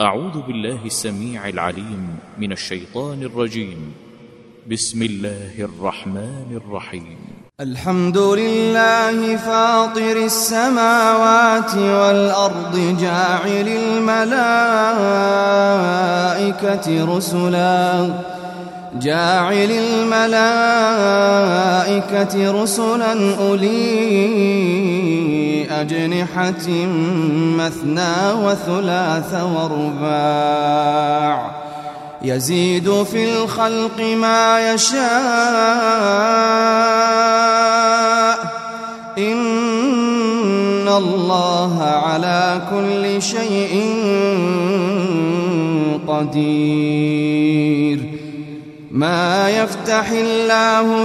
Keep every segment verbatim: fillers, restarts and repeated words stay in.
أعوذ بالله السميع العليم من الشيطان الرجيم. بسم الله الرحمن الرحيم. الحمد لله فاطر السماوات والأرض جاعل الملائكة رسلا جاعل الملائكة رسلا أولي أجنحة مثنى وثلاث ورباع يزيد في الخلق ما يشاء إن الله على كل شيء قدير. ما يفتح الله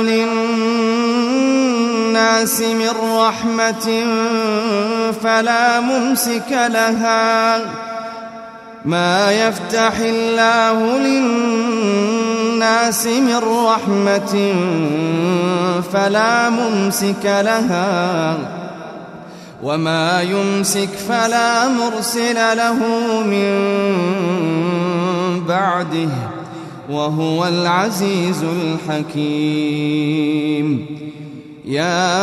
للناس من رحمة فلا ممسك لها ما يفتح الله للناس من رحمة فلا ممسك لها وما يمسك فلا مرسل له من بعده وهو العزيز الحكيم. يا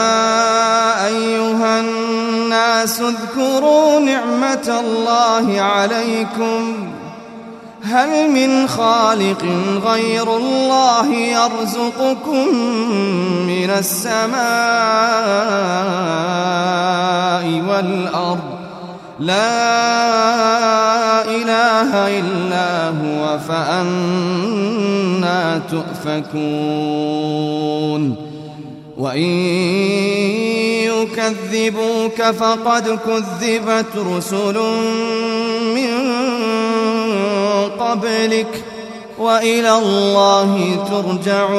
أيها الناس اذكروا نعمة الله عليكم هل من خالق غير الله يرزقكم من السماء والأرض لا إله إلا هو فأنى تؤفكون. وإن يكذبوك فقد كذبت رسل من قبلك وإلى الله ترجع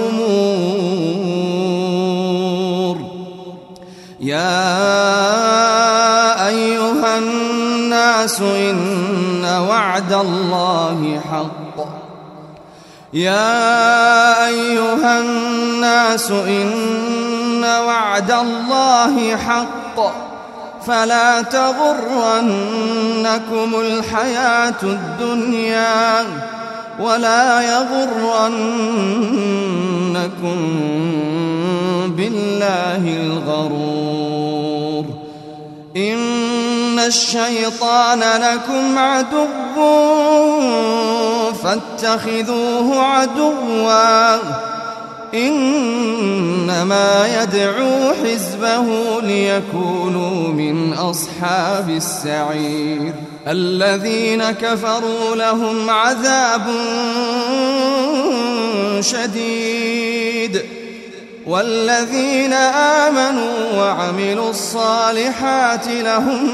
الأمور. يا أيها الناس إن وعد الله حق يا أيها الناس إن وعد الله حق فلا تغرنكم الحياة الدنيا ولا يغرنكم بالله الغرور. إن الشيطان لكم عدو فاتخذوه عدوا إنما يدعو حزبه ليكونوا من أصحاب السعير. الذين كفروا لهم عذاب شديد والذين آمنوا وعملوا الصالحات لهم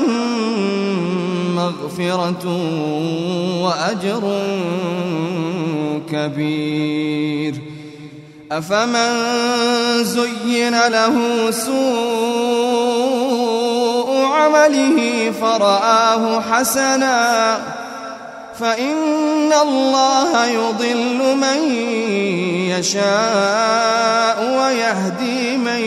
مغفرة وأجر كبير. أفمن زين له سوء عمله فرآه حسنا فإن الله يضل من يشاء ويهدي من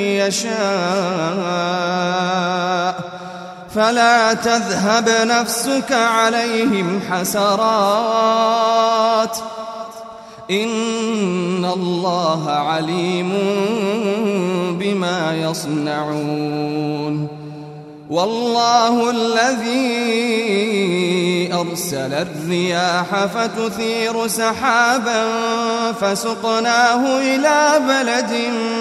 يشاء فلا تذهب نفسك عليهم حسرات إن الله عليم بما يصنعون. والله الذي أرسل الرياح فتثير سحابا فسقناه إلى بلد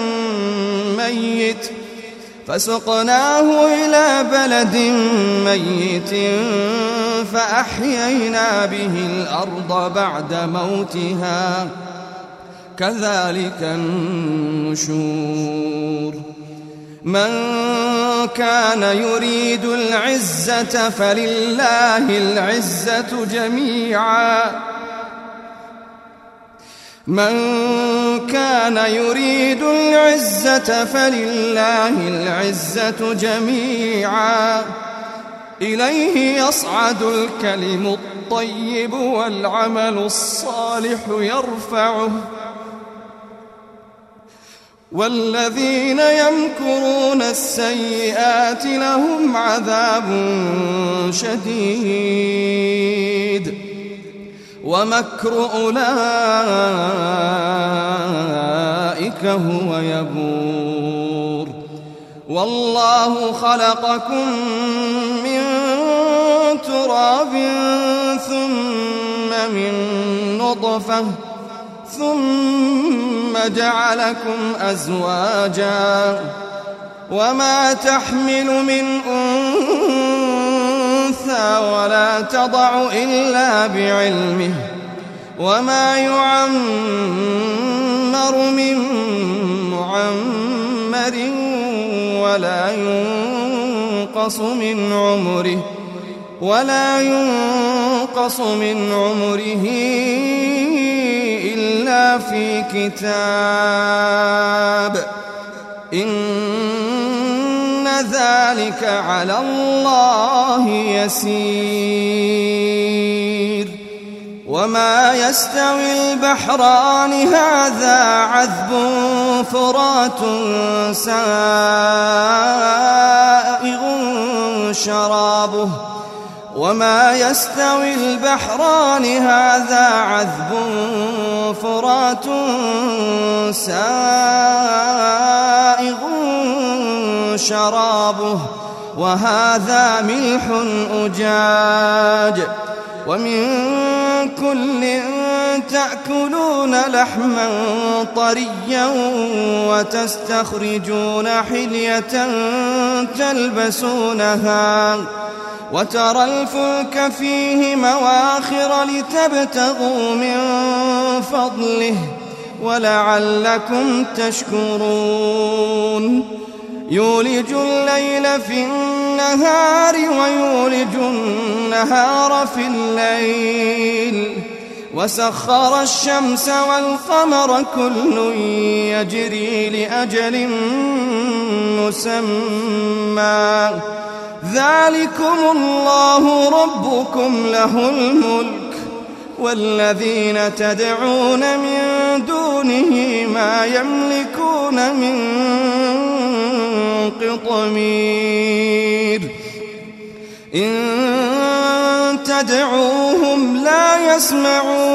ميت فسقناه إلى بلد ميت فأحيينا به الأرض بعد موتها كذلك النشور. من كان يريد العزة فلله العزة جميعا من كان يريد العزة فلله العزة جميعا إليه يصعد الكلم الطيب والعمل الصالح يرفعه والذين يمكرون السيئات لهم عذاب شديد ومكر أولئك هو يبور والله خلقكم من تراب ثم من نطفة ثم جعلكم أزواجا وما تحمل من أنثى ولا تضع إلا بعلمه وما يعمر من معمر ولا ينقص من عمره ولا ينقص من عمره إلا في كتاب إن ذلك على الله يسير وما يستوي البحران هذا عذب فرات سائغ شرابه وما يستوي البحران هذا عذب فرات سائغ شرابه وهذا ملح أجاج ومن كل تأكلون لحما طريا وتستخرجون حلية تلبسونها وترى الفلك فيه مواخر لتبتغوا من فضله ولعلكم تشكرون يولج الليل في النهار ويولج النهار في الليل وسخر الشمس والقمر كل يجري لأجل مسمى ذلكم الله ربكم له الملك والذين تدعون من دونه ما يملكون من قطمير إن تدعوهم لا يسمعوا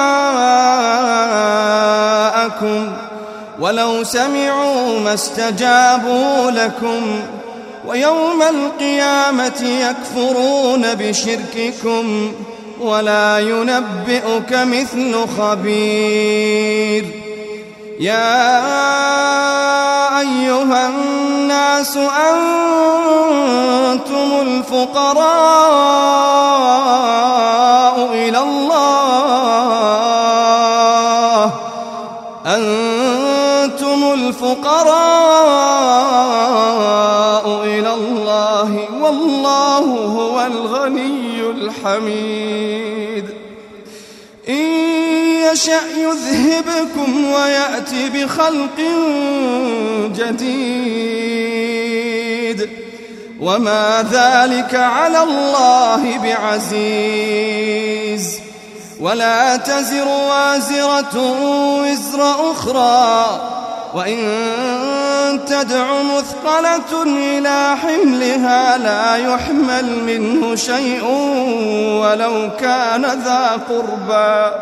دعاءكم ولو سمعوا ما استجابوا لكم ويوم القيامة يكفرون بشرككم ولا ينبئك مثل خبير يا أيها الناس أنتم الفقراء إلى الله أنتم الفقراء إلى الله والله هو الغني الحميد إن يشأ يذهبكم ويأتي بخلق جديد وما ذلك على الله بعزيز ولا تزر وازرة وزر أخرى وإن تدع مثقلة إلى حملها لا يحمل منه شيء ولو كان ذا قربى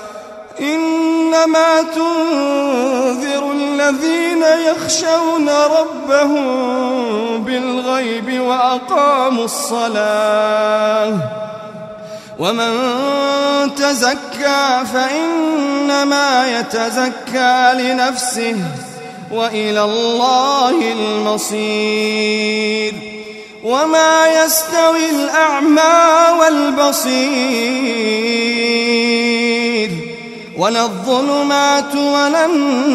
إنما تنذر الذين يخشون ربهم بالغيب وأقاموا الصلاة ومن تزكى فإنما يتزكى لنفسه وإلى الله المصير وما يستوي الأعمى والبصير ولا الظلمات ولا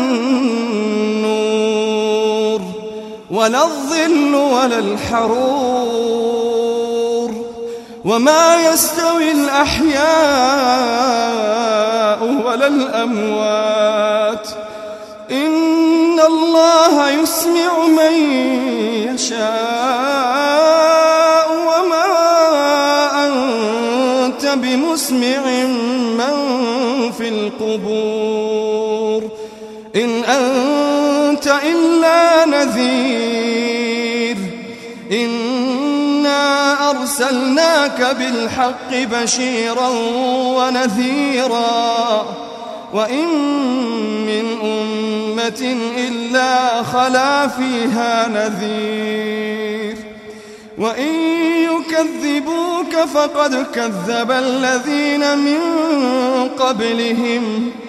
النور ولا الظل ولا الحرور وما يستوي الأحياء ولا الأموات إن الله يسمع من يشاء وما أنت بمسمع من في القبور إن أنت إلا نذير إنا أرسلناك بالحق بشيرا ونذيرا وإن من أمة إلا خلا فيها نذير وإن يكذبوك فقد كذب الذين من قبلهم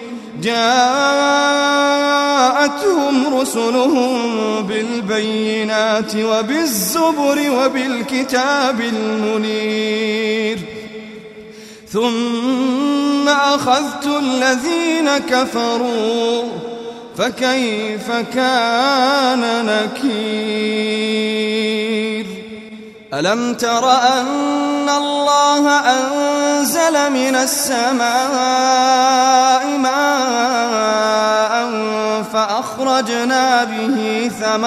جاءتهم رسلهم بالبينات وبالزبر وبالكتاب المنير ثم أخذت الذين كفروا فكيف كان نكير ألم تر أن الله أنزل من السماء ماء فأخرجنا به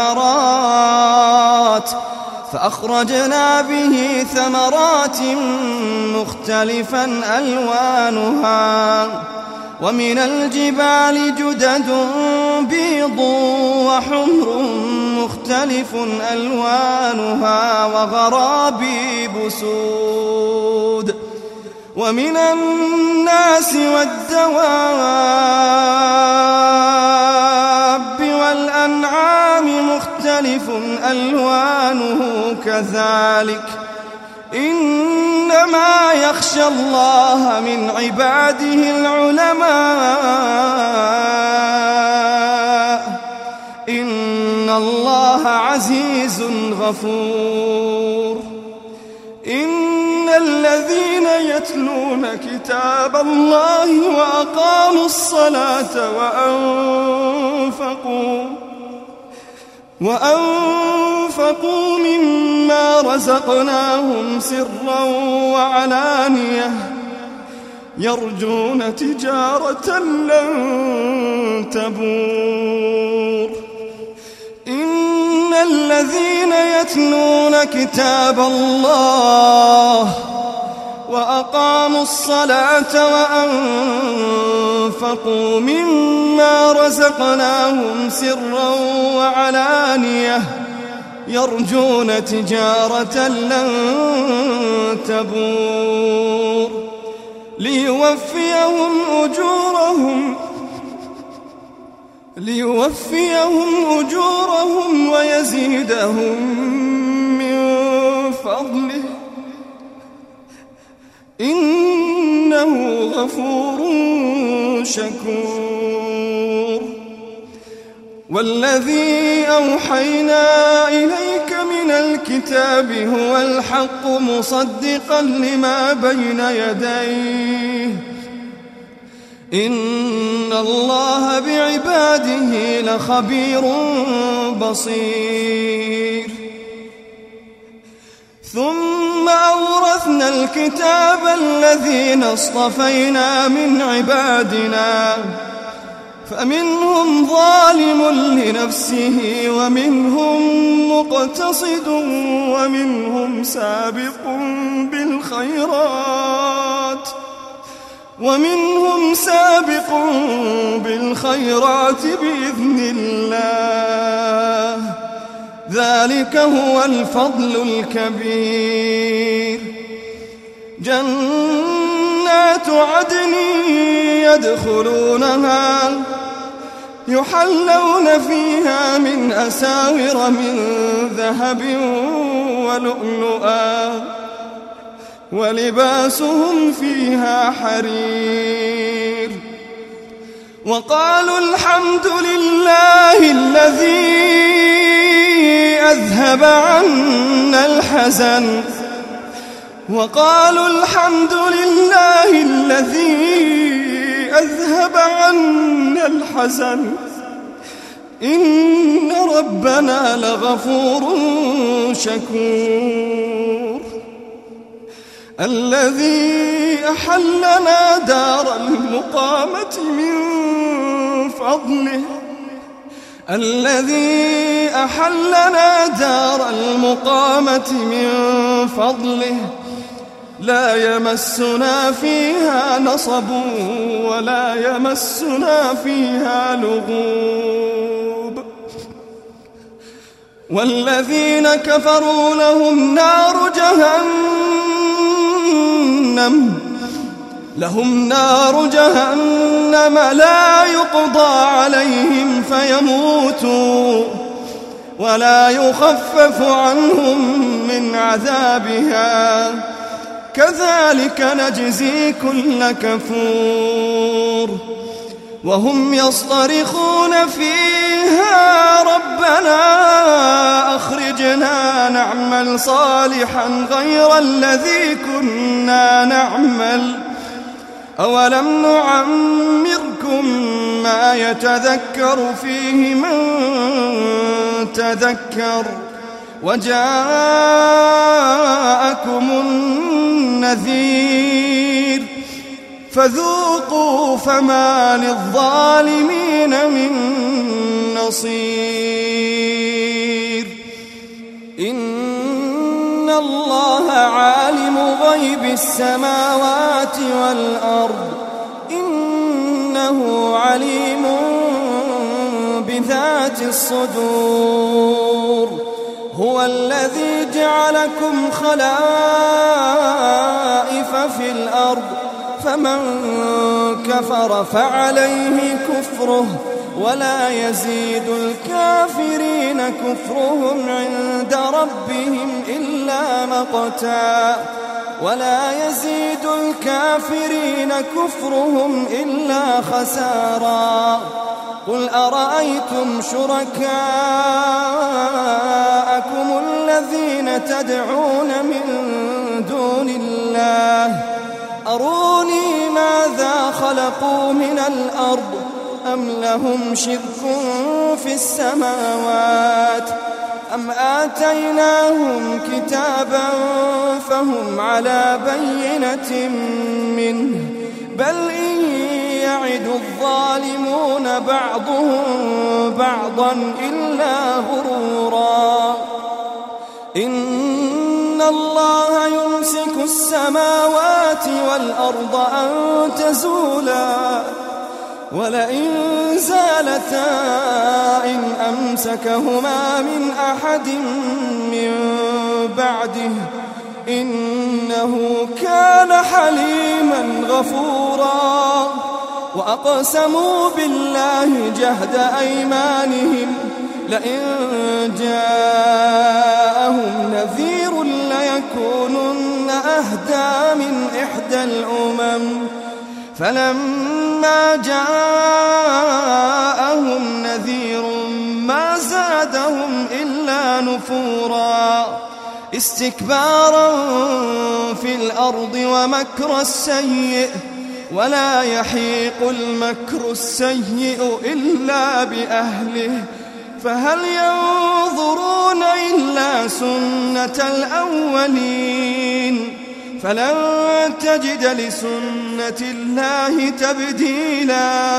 ثمرات فأخرجنا به ثمرات مختلفا ألوانها ومن الجبال جدد بيض وحمر مختلف ألوانها وغرابيب سود ومن الناس والدواب والأنعام مختلف ألوانه كذلك إنما يخشى الله من عباده العلماء إن الله عزيز غفور إن الذين يتلون كتاب الله وأقاموا الصلاة وأنفقوا وأنفقوا مما رزقناهم سرا وعلانية يرجون تجارة لن تبور إن الذين يتلون كتاب الله وأقاموا الصلاة وأنفقوا مما رزقناهم سرا وعلانية يرجون تجارة لن تبور ليوفيهم أجورهم ليوفيهم أجورهم ويزيدهم من فضله إنه غفور شكور والذي أوحينا إليك من الكتاب هو الحق مصدقا لما بين يديه إن الله بعباده لخبير بصير ثم أورثنا الكتاب الذين اصطفينا من عبادنا فمنهم ظالم لنفسه ومنهم مقتصد ومنهم سابق بالخيرات ومنهم سابق بالخيرات بإذن الله ذلك هو الفضل الكبير جنات عدن يدخلونها يحلون فيها من أساور من ذهب ولؤلؤا ولباسهم فيها حرير وقالوا الحمد لله الذي أذهب عنا الحزن وقالوا الحمد لله الذي أذهب عنا الحزن إن ربنا لغفور شكور الذي أحلنا دار المقامة من فضله الذي أحلنا دار المقامة من فضله لا يمسنا فيها نصب ولا يمسنا فيها لغوب والذين كفروا لهم نار جهنم لهم نار جهنم لا يقضى عليهم فيموتوا ولا يخفف عنهم من عذابها كذلك نجزي كل كفور وهم يصطرخون فيها ربنا أخرجنا نعمل صالحا غير الذي كنا نعمل أولم نعمركم ما يتذكر فيه من تذكر وجاءكم النذير فذوقوا فما للظالمين من نصير إن الله عالم غيب السماوات والأرض إنه عليم بذات الصدور هو الذي جعلكم خلائف في الأرض فمن كفر فعليه كفره ولا يزيد الكافرين كفرهم عند ربهم إلا مقتا ولا يزيد الكافرين كفرهم إلا خسارا قل أرأيتم شركاءكم الذين تدعون من دون الله أروني ماذا خلقوا من الأرض أم لهم شرك في السماوات أم آتيناهم كتابا فهم على بينة منه بل إن يعد الظالمون بعضهم بعضا إلا غرورا إن الله يمسك السماوات والأرض أن تزولا ولئن زالتا إن أمسكهما من أحد من بعده إنه كان حليما غفورا وأقسموا بالله جهد أيمانهم لئن جاءهم نذير ليكونن أهدى من إحدى الأمم فلما جاءهم نذير ما زادهم إلا نفورا استكبارا في الأرض ومكر السيء ولا يحيق المكر السيء إلا بأهله فهل ينظرون إلا سنة الأولين فلن تجد لسنة الله تبديلا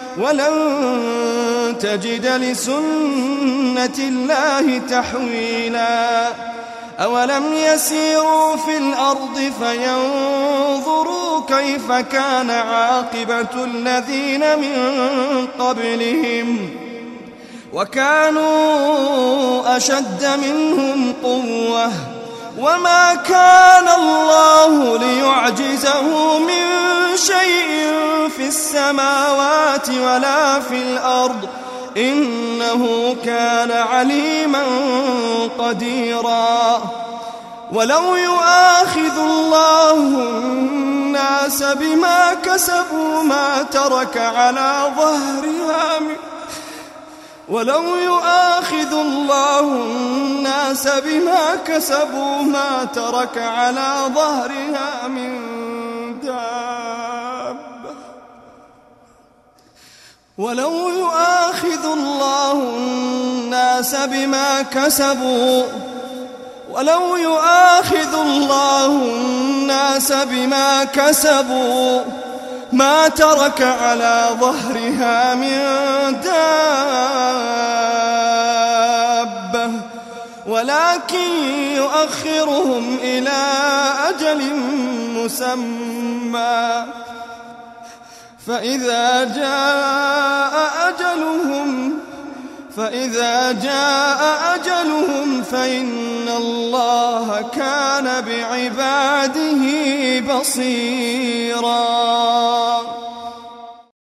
ولن تجد لسنة الله تحويلا أولم يسيروا في الأرض فينظروا كيف كان عاقبة الذين من قبلهم وكانوا أشد منهم قوة وما كان الله ليعجزه من شيء في السماوات ولا في الأرض إنه كان عليما قديرا ولو يؤاخذ الله الناس بما كسبوا ما ترك على ظهرها من ولو يؤاخذ الله الناس بما كسبوا ما ترك على ظهرها من دابة ولو يؤاخذ الله الناس بما كسبوا ولو يؤاخذ الله الناس بما كسبوا ما ترك على ظهرها من دابة ولكن يؤخرهم إلى أجل مسمى فإذا جاء أجلهم فإذا جاء أجلهم فإن الله كان بعباده بصيرا.